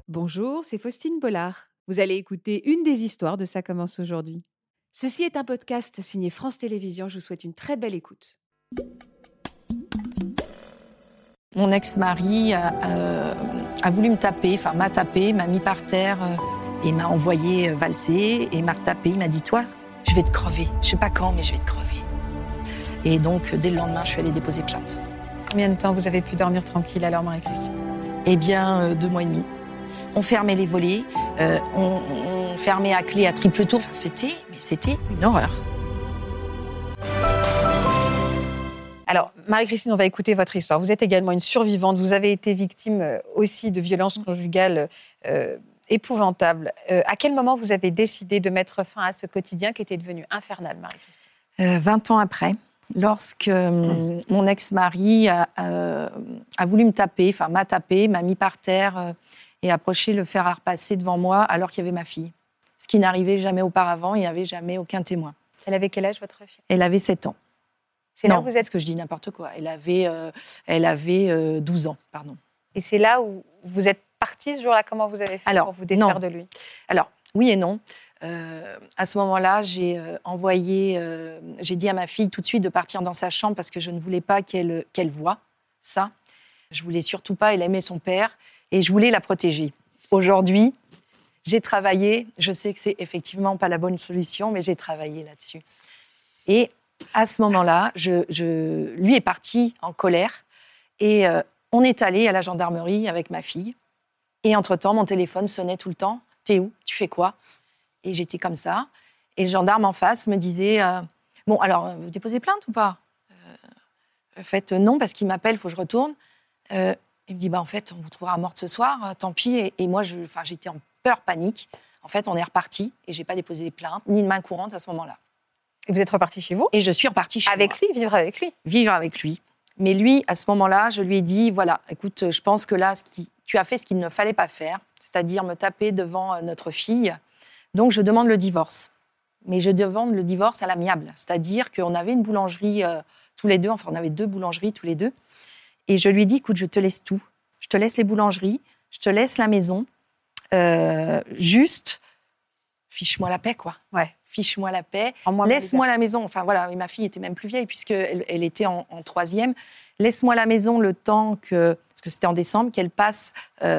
Bonjour, c'est Faustine Bollard. Vous allez écouter une des histoires de Ça commence aujourd'hui. Ceci est un podcast signé France Télévisions. Je vous souhaite une très belle écoute. Mon ex-mari a voulu me taper, m'a tapé, m'a mis par terre et m'a envoyé valser et m'a retapé. Il m'a dit, toi, je vais te crever. Je sais pas quand, mais je vais te crever. Et donc, dès le lendemain, je suis allée déposer plainte. Combien de temps vous avez pu dormir tranquille alors, Marie-Christine ? Eh bien, 2 mois et demi. On fermait les volets, on fermait à clé à triple tour. C'était une horreur. Alors, Marie-Christine, on va écouter votre histoire. Vous êtes également une survivante. Vous avez été victime aussi de violences conjugales épouvantables. À quel moment vous avez décidé de mettre fin à ce quotidien qui était devenu infernal, Marie-Christine ? 20 ans après, lorsque mon ex-mari a voulu me taper, m'a tapé, m'a mis par terre et approché le fer à repasser devant moi alors qu'il y avait ma fille. Ce qui n'arrivait jamais auparavant, il n'y avait jamais aucun témoin. Elle avait quel âge, votre fille ? Elle avait 7 ans. C'est là où vous êtes... parce que je dis n'importe quoi. Elle avait 12 ans, pardon. Et c'est là où vous êtes partie ce jour-là. Comment vous avez fait pour vous défaire de lui ? Alors, oui et non. À ce moment-là, j'ai dit à ma fille tout de suite de partir dans sa chambre parce que je ne voulais pas qu'elle voie ça. Je voulais surtout pas, elle aimait son père et je voulais la protéger. Aujourd'hui, j'ai travaillé, je sais que c'est effectivement pas la bonne solution, mais j'ai travaillé là-dessus. Et à ce moment-là, lui est parti en colère et on est allé à la gendarmerie avec ma fille. Et entre-temps, mon téléphone sonnait tout le temps. « T'es où ? Tu fais quoi ?» Et j'étais comme ça. Et le gendarme en face me disait « Bon, alors, vous déposez plainte ou pas ?» En fait, non, parce qu'il m'appelle, il faut que je retourne. Il me dit en fait, on vous trouvera morte ce soir, tant pis. Et moi, j'étais en peur, panique. En fait, on est reparti et j'ai pas déposé plainte, ni de main courante à ce moment-là. Et vous êtes repartie chez vous ? Et je suis repartie chez moi. Avec lui, vivre avec lui ? Vivre avec lui. Mais lui, à ce moment-là, je lui ai dit, voilà, écoute, je pense que là, tu as fait ce qu'il ne fallait pas faire, c'est-à-dire me taper devant notre fille. Donc, je demande le divorce. Mais je demande le divorce à l'amiable. C'est-à-dire qu'on avait une boulangerie tous les deux, on avait 2 boulangeries tous les deux. Et je lui ai dit, écoute, je te laisse tout. Je te laisse les boulangeries, je te laisse la maison. Juste, fiche-moi la paix, quoi. Ouais. Fiche-moi la paix, laisse-moi la maison. Enfin voilà, ma fille était même plus vieille puisqu'elle était en 3e. Laisse-moi la maison le temps parce que c'était en décembre, qu'elle passe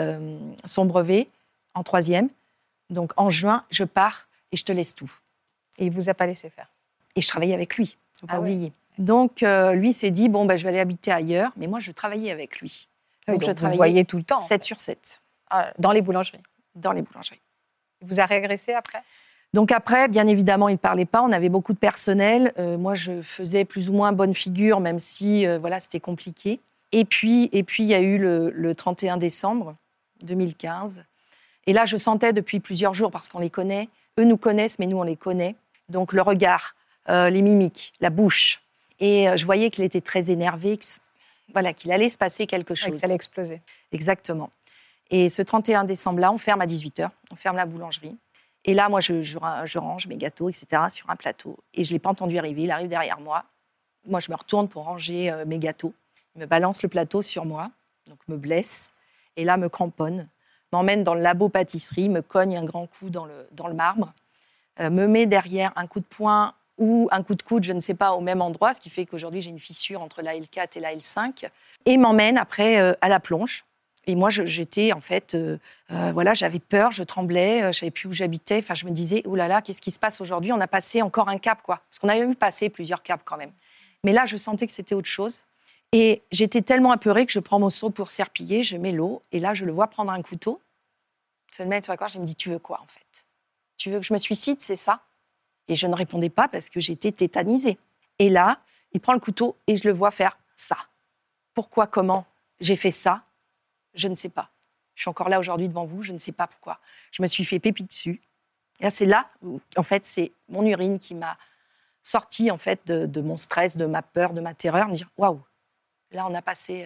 son brevet en 3e. Donc en juin, je pars et je te laisse tout. Et il ne vous a pas laissé faire ? Et je travaillais avec lui, il ne faut pas oublier. Donc lui s'est dit, je vais aller habiter ailleurs. Mais moi, je travaillais avec lui. Donc je travaillais, vous voyez tout le temps 7 sur 7. Dans les boulangeries ? Dans les boulangeries. Il vous a réagressé après ? Donc après, bien évidemment, il ne parlait pas. On avait beaucoup de personnel. Moi, je faisais plus ou moins bonne figure, même si c'était compliqué. Et puis, il y a eu le 31 décembre 2015. Et là, je sentais depuis plusieurs jours, parce qu'on les connaît. Eux nous connaissent, mais nous, on les connaît. Donc le regard, les mimiques, la bouche. Et je voyais qu'il était très énervé, qu'il allait se passer quelque chose. Que ça allait exploser. Exactement. Et ce 31 décembre-là, on ferme à 18h. On ferme la boulangerie. Et là, moi, je range mes gâteaux, etc., sur un plateau. Et je ne l'ai pas entendu arriver. Il arrive derrière moi. Moi, je me retourne pour ranger mes gâteaux. Il me balance le plateau sur moi, donc me blesse. Et là, me cramponne, m'emmène dans le labo pâtisserie, me cogne un grand coup dans le marbre, me met derrière un coup de poing ou un coup de coude, je ne sais pas, au même endroit, ce qui fait qu'aujourd'hui, j'ai une fissure entre la L4 et la L5. Et m'emmène après à la plonge. Et moi, j'étais, en fait, j'avais peur, je tremblais, je ne savais plus où j'habitais. Enfin, je me disais, oh là là, qu'est-ce qui se passe aujourd'hui ? On a passé encore un cap, quoi. Parce qu'on avait eu passé plusieurs caps quand même. Mais là, je sentais que c'était autre chose. Et j'étais tellement apeurée que je prends mon seau pour serpiller, je mets l'eau. Et là, je le vois prendre un couteau, se le mettre sur la gorge. Il me dit, tu veux quoi, en fait ? Tu veux que je me suicide, c'est ça ? Et je ne répondais pas parce que j'étais tétanisée. Et là, il prend le couteau et je le vois faire ça. Pourquoi, comment j'ai fait ça ? Je ne sais pas. Je suis encore là aujourd'hui devant vous, je ne sais pas pourquoi. Je me suis fait pépi dessus. Et c'est là où, en fait, c'est mon urine qui m'a sorti en fait, de mon stress, de ma peur, de ma terreur, me dire waouh, là, on est passé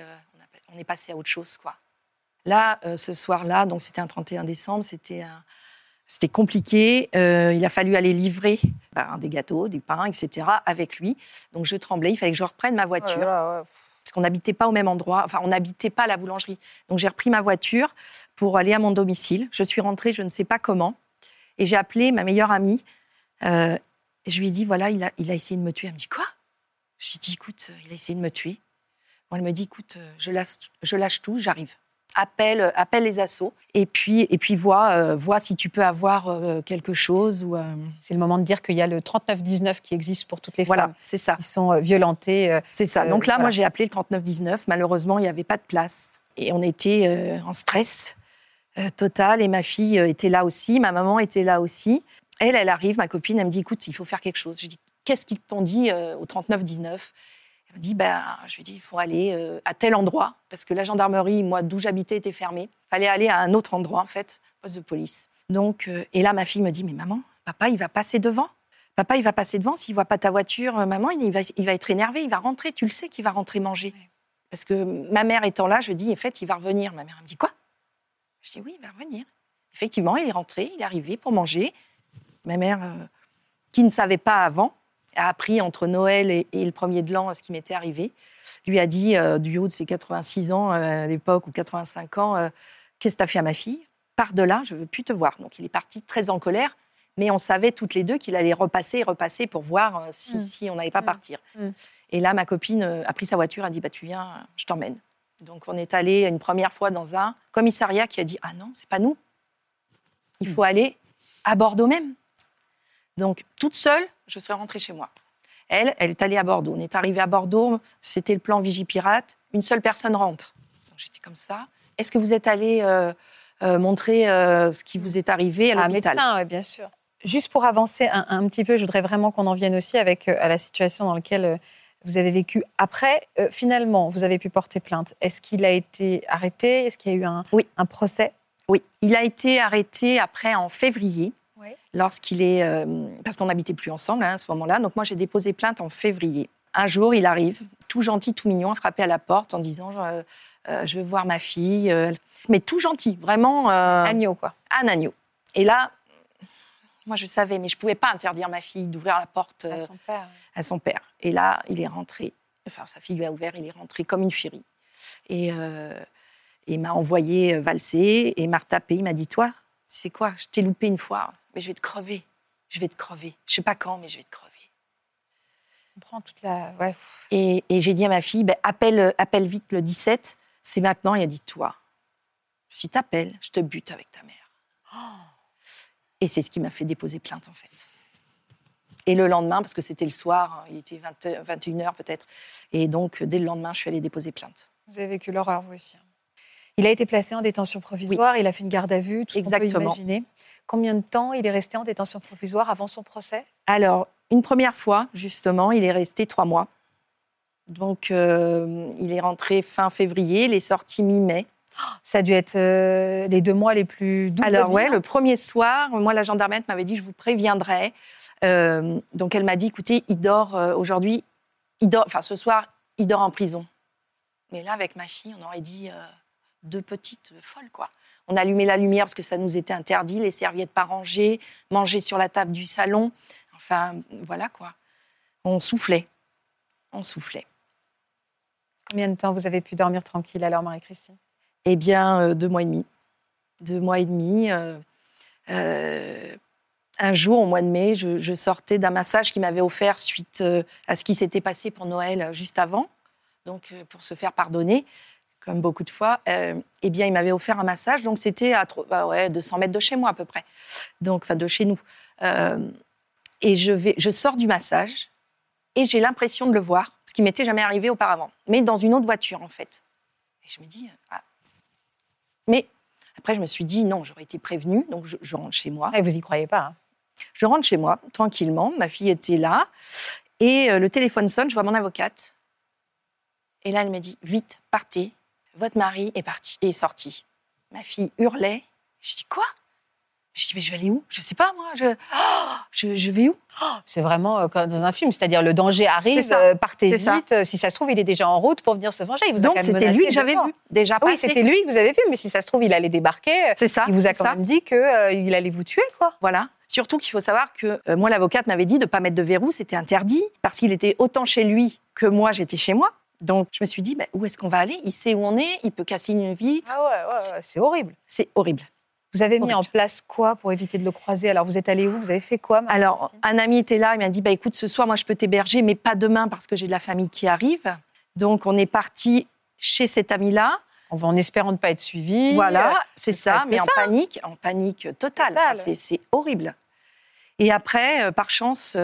à autre chose, quoi. Là, ce soir-là, donc c'était un 31 décembre, c'était compliqué. Il a fallu aller livrer des gâteaux, des pains, etc. avec lui. Donc je tremblais, il fallait que je reprenne ma voiture. parce qu'on n'habitait pas au même endroit, enfin, on n'habitait pas à la boulangerie. Donc, j'ai repris ma voiture pour aller à mon domicile. Je suis rentrée, je ne sais pas comment, et j'ai appelé ma meilleure amie. Je lui ai dit, voilà, il a essayé de me tuer. Elle me dit, quoi ? Je lui ai dit, écoute, il a essayé de me tuer. Bon, elle me dit, écoute, je lâche tout, j'arrive. Appelle les assos et puis vois si tu peux avoir quelque chose. C'est le moment de dire qu'il y a le 3919 qui existe pour toutes les femmes c'est ça. qui sont violentées. C'est ça. Donc là, moi, j'ai appelé le 3919. Malheureusement, il n'y avait pas de place. Et on était en stress total. Et ma fille était là aussi. Ma maman était là aussi. Elle arrive, ma copine, elle me dit, écoute, il faut faire quelque chose. Je lui dis, qu'est-ce qu'ils t'ont dit au 3919 ? Elle me dit, je lui dis, il faut aller à tel endroit, parce que la gendarmerie, moi, d'où j'habitais, était fermée. Il fallait aller à un autre endroit, en fait, poste de police. Donc, et là, ma fille me dit, mais maman, papa, il va passer devant. Papa, il va passer devant, s'il ne voit pas ta voiture, maman, il va être énervé, il va rentrer. Tu le sais qu'il va rentrer manger. Ouais. Parce que ma mère étant là, je dis, en fait, il va revenir. Ma mère elle me dit, quoi ? Je dis, oui, il va revenir. Effectivement, il est rentré, il est arrivé pour manger. Ma mère, qui ne savait pas avant, a appris entre Noël et le 1er de l'an ce qui m'était arrivé, lui a dit, du haut de ses 86 ans à l'époque, ou 85 ans, qu'est-ce que tu as fait à ma fille ? Pars de là, je ne veux plus te voir. Donc il est parti très en colère, mais on savait toutes les deux qu'il allait repasser pour voir si on n'allait pas partir. Et là, ma copine a pris sa voiture, a dit, tu viens, je t'emmène. Donc on est allé une première fois dans un commissariat qui a dit, ah non, c'est pas nous. Il faut aller à Bordeaux même. Donc, toute seule, je serais rentrée chez moi. Elle est allée à Bordeaux. On est arrivé à Bordeaux, c'était le plan Vigipirate. Une seule personne rentre. Donc, j'étais comme ça. Est-ce que vous êtes allé montrer ce qui vous est arrivé à l'hôpital ? Un médecin, oui, bien sûr. Juste pour avancer un petit peu, je voudrais vraiment qu'on en vienne aussi à la situation dans laquelle vous avez vécu. Après, finalement, vous avez pu porter plainte. Est-ce qu'il a été arrêté ? Est-ce qu'il y a eu un procès ? Oui, il a été arrêté après en février. Lorsqu'il est... parce qu'on n'habitait plus ensemble à ce moment-là. Donc moi, j'ai déposé plainte en février. Un jour, il arrive, tout gentil, tout mignon, à frapper à la porte en disant je veux voir ma fille. Mais tout gentil, vraiment... agneau, quoi. Un agneau. Et là, moi, je savais, mais je ne pouvais pas interdire ma fille d'ouvrir la porte à son père. Et là, il est rentré. Enfin, sa fille lui a ouvert, il est rentré comme une furie. Et il m'a envoyé valser et m'a retapé. Il m'a dit, toi, tu sais quoi, je t'ai loupé une fois, mais je vais te crever. Je vais te crever. Je ne sais pas quand, mais je vais te crever. Je comprends toute la... Ouais. Et j'ai dit à ma fille, appelle vite le 17. C'est maintenant. Il a dit, toi, si t'appelles, je te bute avec ta mère. Oh. Et c'est ce qui m'a fait déposer plainte, en fait. Et le lendemain, parce que c'était le soir, il était 21h peut-être. Et donc, dès le lendemain, je suis allée déposer plainte. Vous avez vécu l'horreur, vous aussi. Il a été placé en détention provisoire, il a fait une garde à vue, tout ce qu'on peut imaginer. Combien de temps il est resté en détention provisoire avant son procès ? Alors, une première fois, justement, il est resté 3 mois. Donc, il est rentré fin février, il est sorti mi-mai. Ça a dû être les 2 mois les plus doux. Alors, ouais, le premier soir, moi, la gendarmerie m'avait dit, je vous préviendrai. Donc, elle m'a dit, écoutez, il dort aujourd'hui, ce soir, il dort en prison. Mais là, avec ma fille, on aurait dit 2 petites folles, quoi. On allumait la lumière parce que ça nous était interdit, les serviettes pas rangées, manger sur la table du salon. Enfin, voilà, quoi. On soufflait. Combien de temps vous avez pu dormir tranquille alors, Marie-Christine ? Eh bien, 2 mois et demi. 2 mois et demi. Un jour, au mois de mai, je sortais d'un massage qu'il m'avait offert suite à ce qui s'était passé pour Noël juste avant. Donc, pour se faire pardonner, comme beaucoup de fois, eh bien, il m'avait offert un massage. Donc, c'était à 200 mètres de chez moi, à peu près. Donc, enfin, de chez nous. Et je sors du massage et j'ai l'impression de le voir, ce qui ne m'était jamais arrivé auparavant. Mais dans une autre voiture, en fait. Et je me dis... Mais après, je me suis dit, non, j'aurais été prévenue. Donc, je rentre chez moi. Et vous n'y croyez pas, hein ? Je rentre chez moi, tranquillement. Ma fille était là. Et le téléphone sonne, je vois mon avocate. Et là, elle me dit, vite, partez. Votre mari est sorti. Ma fille hurlait. Je dis, quoi ? Je dis, mais je vais aller où ? Je ne sais pas, moi. Je vais où ? C'est vraiment comme dans un film, c'est-à-dire le danger arrive, partez vite. Ça. Si ça se trouve, il est déjà en route pour venir se venger. Il vous Donc, c'était lui que j'avais vu, déjà passé. Oui, c'était lui que vous avez vu, mais si ça se trouve, il allait débarquer. C'est ça. Il vous a quand même dit qu'il allait vous tuer, quoi. Voilà. Surtout qu'il faut savoir que moi, l'avocate m'avait dit de ne pas mettre de verrou, c'était interdit, parce qu'il était autant chez lui que moi, j'étais chez moi. Donc, je me suis dit, où est-ce qu'on va aller ? Il sait où on est, il peut casser une vitre. Ah ouais, c'est horrible. C'est horrible. Vous avez mis Horrible. en place quoi pour éviter de le croiser ? Alors, vous êtes allé où ? Vous avez fait quoi, Alors, un ami était là, il m'a dit, écoute, ce soir, moi, je peux t'héberger, mais pas demain parce que j'ai de la famille qui arrive. Donc, on est parti chez cet ami-là. On va en espérant ne pas être suivi. Voilà, c'est ça, presque mais ça. en panique totale. Totale. C'est horrible. Et après, par chance,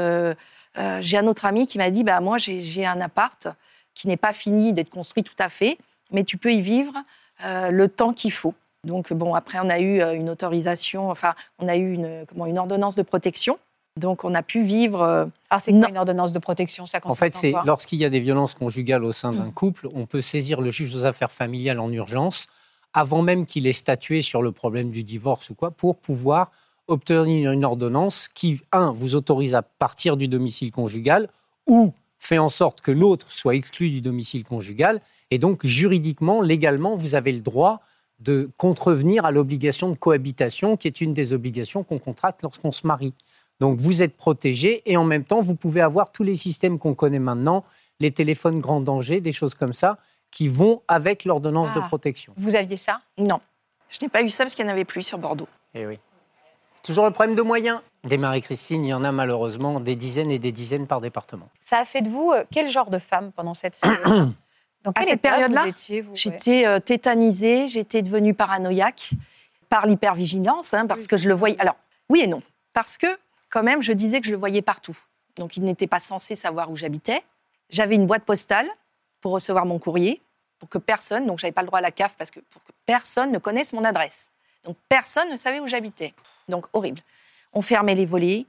j'ai un autre ami qui m'a dit, moi, j'ai un appart qui n'est pas fini d'être construit tout à fait, mais tu peux y vivre le temps qu'il faut. Donc, après, on a eu une autorisation, on a eu une ordonnance de protection. Donc, on a pu vivre... c'est quoi une ordonnance de protection ? Ça En fait, c'est quoi lorsqu'il y a des violences conjugales au sein d'un couple, on peut saisir le juge aux affaires familiales en urgence, avant même qu'il ait statué sur le problème du divorce ou quoi, pour pouvoir obtenir une ordonnance qui, vous autorise à partir du domicile conjugal ou fait en sorte que l'autre soit exclu du domicile conjugal. Et donc, juridiquement, légalement, vous avez le droit de contrevenir à l'obligation de cohabitation, qui est une des obligations qu'on contracte lorsqu'on se marie. Donc, vous êtes protégé et en même temps, vous pouvez avoir tous les systèmes qu'on connaît maintenant, les téléphones grand danger, des choses comme ça, qui vont avec l'ordonnance de protection. Vous aviez ça ? Non, je n'ai pas eu ça parce qu'il n'y en avait plus sur Bordeaux. Eh oui. Toujours le problème de moyens. Des Marie-Christine, il y en a malheureusement des dizaines et des dizaines par département. Ça a fait de vous quel genre de femme pendant cette période ? Dans À quelle cette étape période-là, vous étiez, vous, j'étais tétanisée, j'étais devenue paranoïaque par l'hypervigilance, parce que je le voyais... Alors, oui et non. Parce que, quand même, je disais que je le voyais partout. Donc, il n'était pas censé savoir où j'habitais. J'avais une boîte postale pour recevoir mon courrier, pour que personne... Donc, je n'avais pas le droit à la CAF parce que pour que personne ne connaisse mon adresse. Donc, personne ne savait où j'habitais. Donc, horrible. On fermait les volets,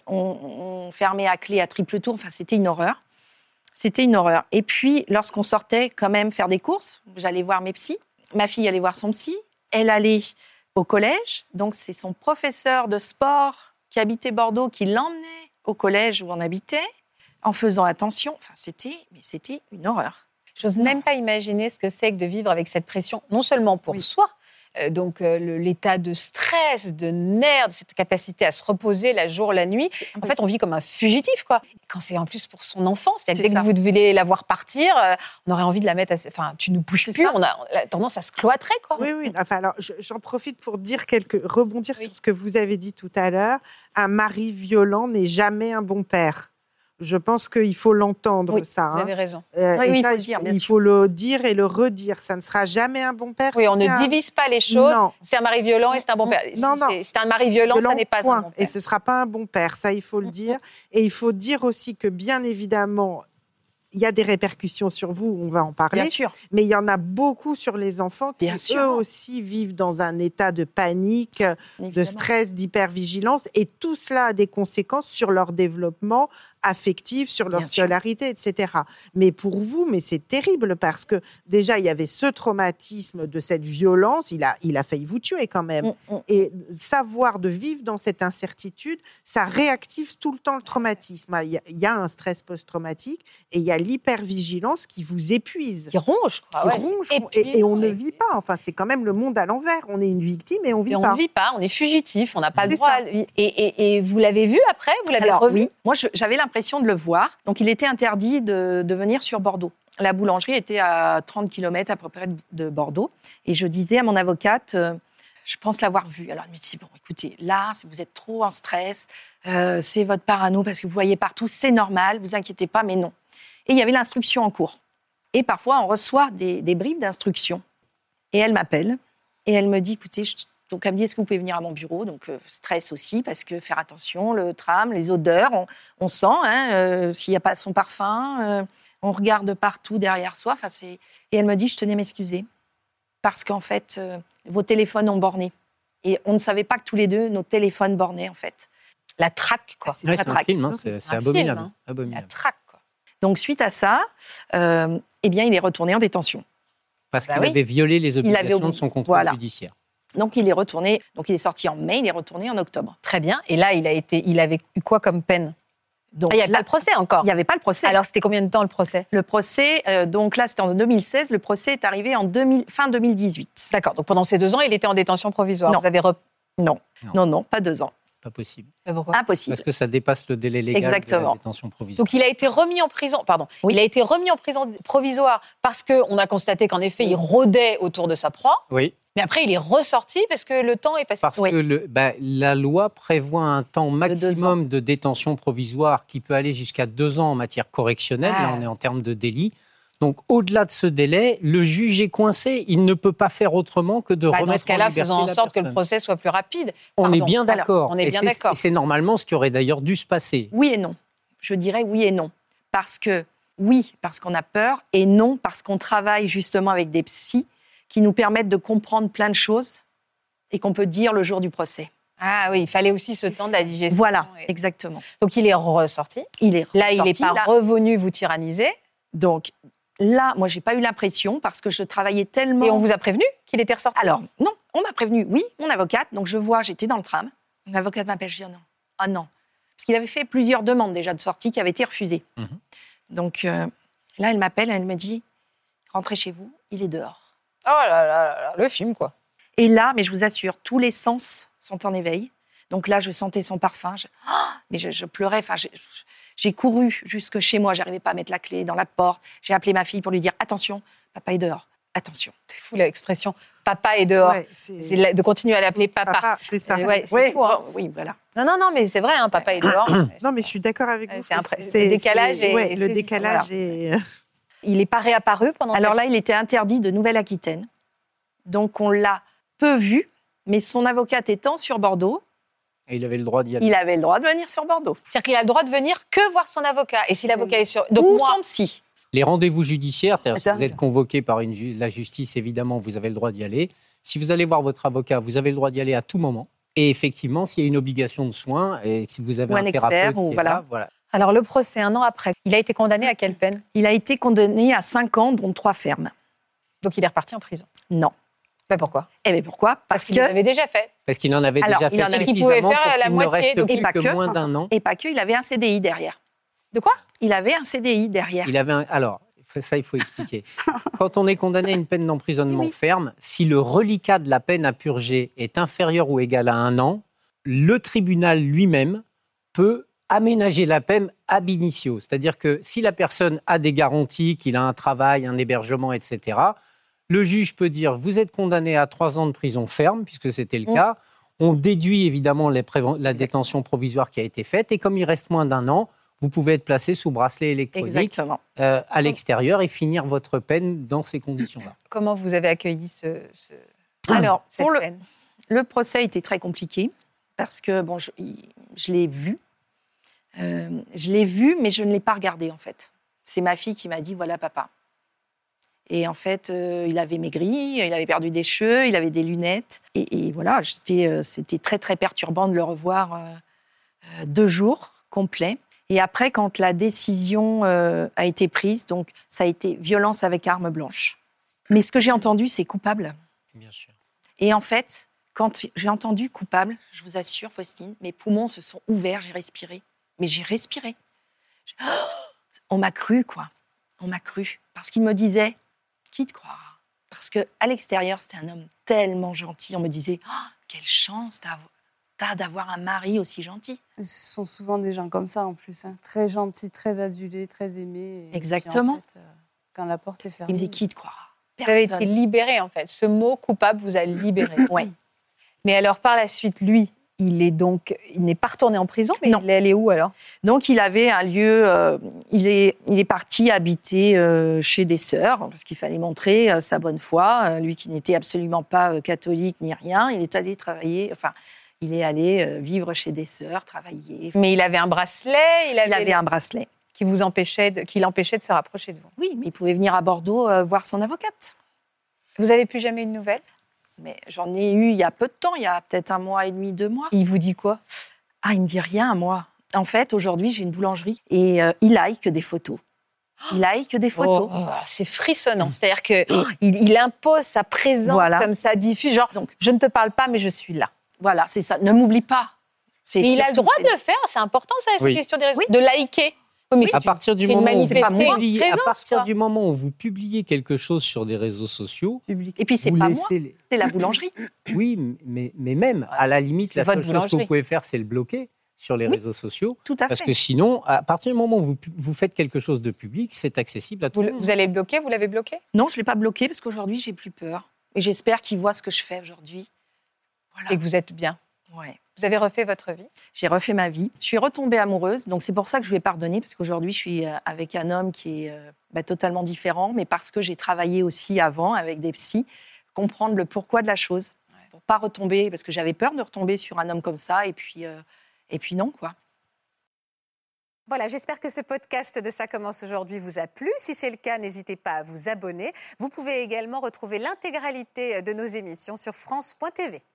on fermait à clé à triple tour. Enfin, c'était une horreur. C'était une horreur. Et puis, lorsqu'on sortait quand même faire des courses, j'allais voir mes psys. Ma fille allait voir son psy. Elle allait au collège. Donc, c'est son professeur de sport qui habitait Bordeaux qui l'emmenait au collège où on habitait en faisant attention. Enfin, c'était une horreur. J'ose même pas imaginer ce que c'est que de vivre avec cette pression, non seulement pour soi, l'état de stress, de nerfs, cette capacité à se reposer la jour, la nuit. En fait, on vit comme un fugitif, quoi. Quand c'est en plus pour son enfant, c'est-à-dire dès que vous devez la voir partir, on aurait envie de la mettre... Enfin, tu ne bouges plus, on a tendance à se cloîtrer, quoi. Oui. Enfin, alors, j'en profite pour dire rebondir sur ce que vous avez dit tout à l'heure. Un mari violent n'est jamais un bon père. Je pense qu'il faut l'entendre, ça. Vous avez raison. Il faut le dire, bien sûr. Il faut le dire et le redire. Ça ne sera jamais un bon père. Oui, on ne divise pas les choses. Non. C'est un mari violent et c'est un bon père. Non. C'est un mari violent, ça n'est pas un bon père. Et ce ne sera pas un bon père, ça, il faut le dire. Et il faut dire aussi que, bien évidemment, il y a des répercussions sur vous, on va en parler. Bien sûr. Mais il y en a beaucoup sur les enfants qui, eux aussi, vivent dans un état de panique, de stress, d'hypervigilance. Et tout cela a des conséquences sur leur développement affectif, sur leur scolarité, etc. Mais pour vous, c'est terrible parce que déjà, il y avait ce traumatisme de cette violence. Il a failli vous tuer quand même. Et savoir de vivre dans cette incertitude, ça réactive tout le temps le traumatisme. Il y a un stress post-traumatique et il y a l'hypervigilance qui vous épuise. Qui ronge, quoi. Et on ne vit pas. Enfin, c'est quand même le monde à l'envers. On est une victime et on vit pas. On ne vit pas, on est fugitif, on n'a pas le droit. Et vous l'avez vu après ? Vous l'avez revu ? Oui. Moi, j'avais l'impression de le voir. Donc, il était interdit de venir sur Bordeaux. La boulangerie était à 30 km à peu près de Bordeaux. Et je disais à mon avocate, je pense l'avoir vu. Alors, elle me dit, bon, écoutez, là, si vous êtes trop en stress, c'est votre parano parce que vous voyez partout, c'est normal, vous inquiétez pas, mais non. Et il y avait l'instruction en cours. Et parfois, on reçoit des bribes d'instruction. Et elle m'appelle et elle me dit, écoutez, donc elle me dit, est-ce que vous pouvez venir à mon bureau ? Donc, stress aussi, parce que faire attention, le tram, les odeurs, on sent, s'il n'y a pas son parfum, on regarde partout derrière soi. Et elle me dit, je tenais à m'excuser, parce qu'en fait, vos téléphones ont borné. Et on ne savait pas que tous les deux, nos téléphones bornaient, en fait. La traque, quoi. C'est un film, c'est abominable. La traque. Donc, suite à ça, il est retourné en détention. Parce qu'il avait violé les obligations de son contrôle judiciaire. Donc, il est retourné. Donc, il est sorti en mai, il est retourné en octobre. Très bien. Et là, il avait eu quoi comme peine ? Donc, il n'y avait pas le procès encore. Il n'y avait pas le procès. Alors, c'était combien de temps le procès ? Le procès, donc là, c'était en 2016. Le procès est arrivé fin 2018. D'accord. Donc, pendant ces 2 ans, il était en détention provisoire. Non. Vous avez Non, pas 2 ans. pas possible. Mais pourquoi ? Impossible. Parce que ça dépasse le délai légal de Exactement. la détention provisoire. Donc il a été remis en prison. Pardon. Oui. Il a été remis en prison provisoire parce qu'on a constaté qu'en effet il rôdait autour de sa proie. Oui, Mais après il est ressorti parce que le temps est passé. parce Oui. que la loi prévoit un temps maximum de détention provisoire qui peut aller jusqu'à 2 ans en matière correctionnelle. Ah. Là, on est en termes de délit. Donc, au-delà de ce délai, le juge est coincé. Il ne peut pas faire autrement que de Dans remettre ce cas-là, en liberté faisons en la sorte que le personne. procès soit plus rapide. On est Pardon. bien Alors, d'accord. on est Et bien c'est- d'accord. C'est normalement ce qui aurait d'ailleurs dû se passer. Oui et non. Je dirais oui et non. Parce que, oui, parce qu'on a peur, et non, parce qu'on travaille justement avec des psys qui nous permettent de comprendre plein de choses et qu'on peut dire le jour du procès. Ah oui, il fallait aussi ce temps de la digestion. Voilà, Et- exactement. Donc il est ressorti. Il est Là, il n'est ressorti, pas là. revenu vous tyranniser. Donc là, moi, j'ai pas eu l'impression parce que je travaillais tellement. Et on vous a prévenu qu'il était ressorti. Alors, non, on m'a prévenu, oui, mon avocate. Donc, j'étais dans le tram. Mon avocate m'appelle, je dis, oh non. Ah non. Parce qu'il avait fait plusieurs demandes déjà de sortie qui avaient été refusées. Mhm. Donc, là, elle m'appelle, elle me dit, rentrez chez vous, il est dehors. Oh là là, le film quoi. Et là, mais je vous assure, tous les sens sont en éveil. Donc là, je sentais son parfum. Mais je pleurais. Enfin, j'ai couru jusque chez moi. J'arrivais pas à mettre la clé dans la porte. J'ai appelé ma fille pour lui dire, attention, papa est dehors. Attention. C'est fou l'expression. Papa est dehors. Ouais, C'est de continuer à l'appeler papa. Papa, c'est ça. Ouais, c'est fou. Hein. Oui, voilà. Non, mais c'est vrai, hein, papa est dehors. Non, mais je suis d'accord avec vous. Le décalage est ouais, le saisissant, décalage voilà. est. Il n'est pas réapparu pendant. Alors là, il était interdit de Nouvelle-Aquitaine. Donc, on l'a peu vu. Mais son avocate étant sur Bordeaux, Et il avait le droit d'y aller. il avait le droit de venir sur Bordeaux. C'est-à-dire qu'il a le droit de venir que voir son avocat. Et si l'avocat est sur. Donc Ou moi, son psy. Les rendez-vous judiciaires, c'est-à-dire si Attends, vous êtes convoqué par la justice, évidemment, vous avez le droit d'y aller. Si vous allez voir votre avocat, vous avez le droit d'y aller à tout moment. Et effectivement, s'il y a une obligation de soins, et si vous avez Ou un un expert, thérapeute ou qui est voilà. là, voilà. Alors le procès, 1 an après, il a été condamné à quelle peine? Il a été condamné à 5 ans, dont 3 fermes. Donc il est reparti en prison. Non. Mais pourquoi? Eh bien, pourquoi? Parce qu'il l'avait déjà fait. Parce qu'il en avait Alors, déjà il fait en avait- qu'il pouvait suffisamment faire pour la qu'il ne moitié, reste donc plus et pas que que. moins d'un an. Et pas que, il avait un CDI derrière. De quoi? Il avait un CDI derrière. Alors, ça, il faut expliquer. Quand on est condamné à une peine d'emprisonnement Oui. ferme, si le reliquat de la peine à purger est inférieur ou égal à 1 an, le tribunal lui-même peut aménager la peine ab initio. C'est-à-dire que si la personne a des garanties, qu'il a un travail, un hébergement, etc., le juge peut dire « vous êtes condamné à 3 ans de prison ferme », puisque c'était le cas. On déduit évidemment la détention provisoire qui a été faite. Et comme il reste moins d'1 an, vous pouvez être placé sous bracelet électronique Exactement. à l'extérieur et finir votre peine dans ces conditions-là. Comment vous avez accueilli Alors, cette pour peine? le procès était très compliqué parce que, bon, je l'ai vu. Je l'ai vu, mais je ne l'ai pas regardé, en fait. C'est ma fille qui m'a dit, voilà, papa. Et en fait, il avait maigri, il avait perdu des cheveux, il avait des lunettes. Et voilà, c'était très, très perturbant de le revoir 2 jours complets. Et après, quand la décision a été prise, donc ça a été violence avec arme blanche. Mais ce que j'ai entendu, c'est coupable. Bien sûr. Et en fait, quand j'ai entendu coupable, je vous assure, Faustine, mes poumons se sont ouverts, j'ai respiré. Mais j'ai respiré. On m'a cru, quoi. On m'a cru. Parce qu'il me disait, qui te croira? Parce qu'à l'extérieur, c'était un homme tellement gentil. On me disait, quelle chance t'as d'avoir un mari aussi gentil. Et ce sont souvent des gens comme ça en plus, hein. Très gentils, très adulés, très aimés. Exactement. Et en fait, quand la porte est fermée. Il me disait, qui te croira? Vous avez Personne. été libéré, en fait. Ce mot coupable vous a libéré. Ouais. Mais alors, par la suite, lui, il n'est pas retourné en prison, mais Non. il est allé où, alors? Donc, il avait un lieu, il est parti habiter chez des sœurs, parce qu'il fallait montrer sa bonne foi. Lui qui n'était absolument pas catholique ni rien, il est allé travailler, enfin, il est allé vivre chez des sœurs, travailler. Mais il avait un bracelet, Il avait un bracelet. qui l'empêchait de se rapprocher de vous. Oui, mais il pouvait venir à Bordeaux voir son avocate. Vous n'avez plus jamais eu de nouvelles? Mais j'en ai eu il y a peu de temps, il y a peut-être 1 mois et demi, 2 mois. Il vous dit quoi? Ah, il me dit rien, moi. En fait, aujourd'hui, j'ai une boulangerie et il like des photos. Il like des photos. Oh, c'est frissonnant. C'est-à-dire qu'il impose sa présence Voilà. comme ça, diffuse. Genre, Donc, je ne te parle pas, mais je suis là. Voilà, c'est ça. Ne m'oublie pas. Mais il a le droit de le faire, c'est important ça, cette Oui. question des réseaux, de liker. Oui, mais À partir du c'est une moment où vous manifester une publiez, à présence, partir quoi. du moment où vous publiez quelque chose sur des réseaux sociaux, Et puis, c'est vous pas moi, laissez c'est la boulangerie. Oui, mais même, à la limite, C'est la votre seule chose que vous boulangerie. pouvez faire, c'est le bloquer sur les Oui, réseaux sociaux. Tout à Parce fait. que sinon, à partir du moment où vous faites quelque chose de public, c'est accessible à tout le monde. Vous allez le bloquer, vous l'avez bloqué? Non, je ne l'ai pas bloqué parce qu'aujourd'hui, j'ai plus peur. Et j'espère qu'il voit ce que je fais aujourd'hui. Voilà. Et que vous êtes bien. Ouais. Vous avez refait votre vie? J'ai refait ma vie. Je suis retombée amoureuse, donc c'est pour ça que je lui ai pardonné, parce qu'aujourd'hui, je suis avec un homme qui est totalement différent, mais parce que j'ai travaillé aussi avant avec des psys, comprendre le pourquoi de la chose, pour pas retomber, parce que j'avais peur de retomber sur un homme comme ça, et puis non, quoi. Voilà, j'espère que ce podcast de Ça commence aujourd'hui vous a plu. Si c'est le cas, n'hésitez pas à vous abonner. Vous pouvez également retrouver l'intégralité de nos émissions sur France.tv.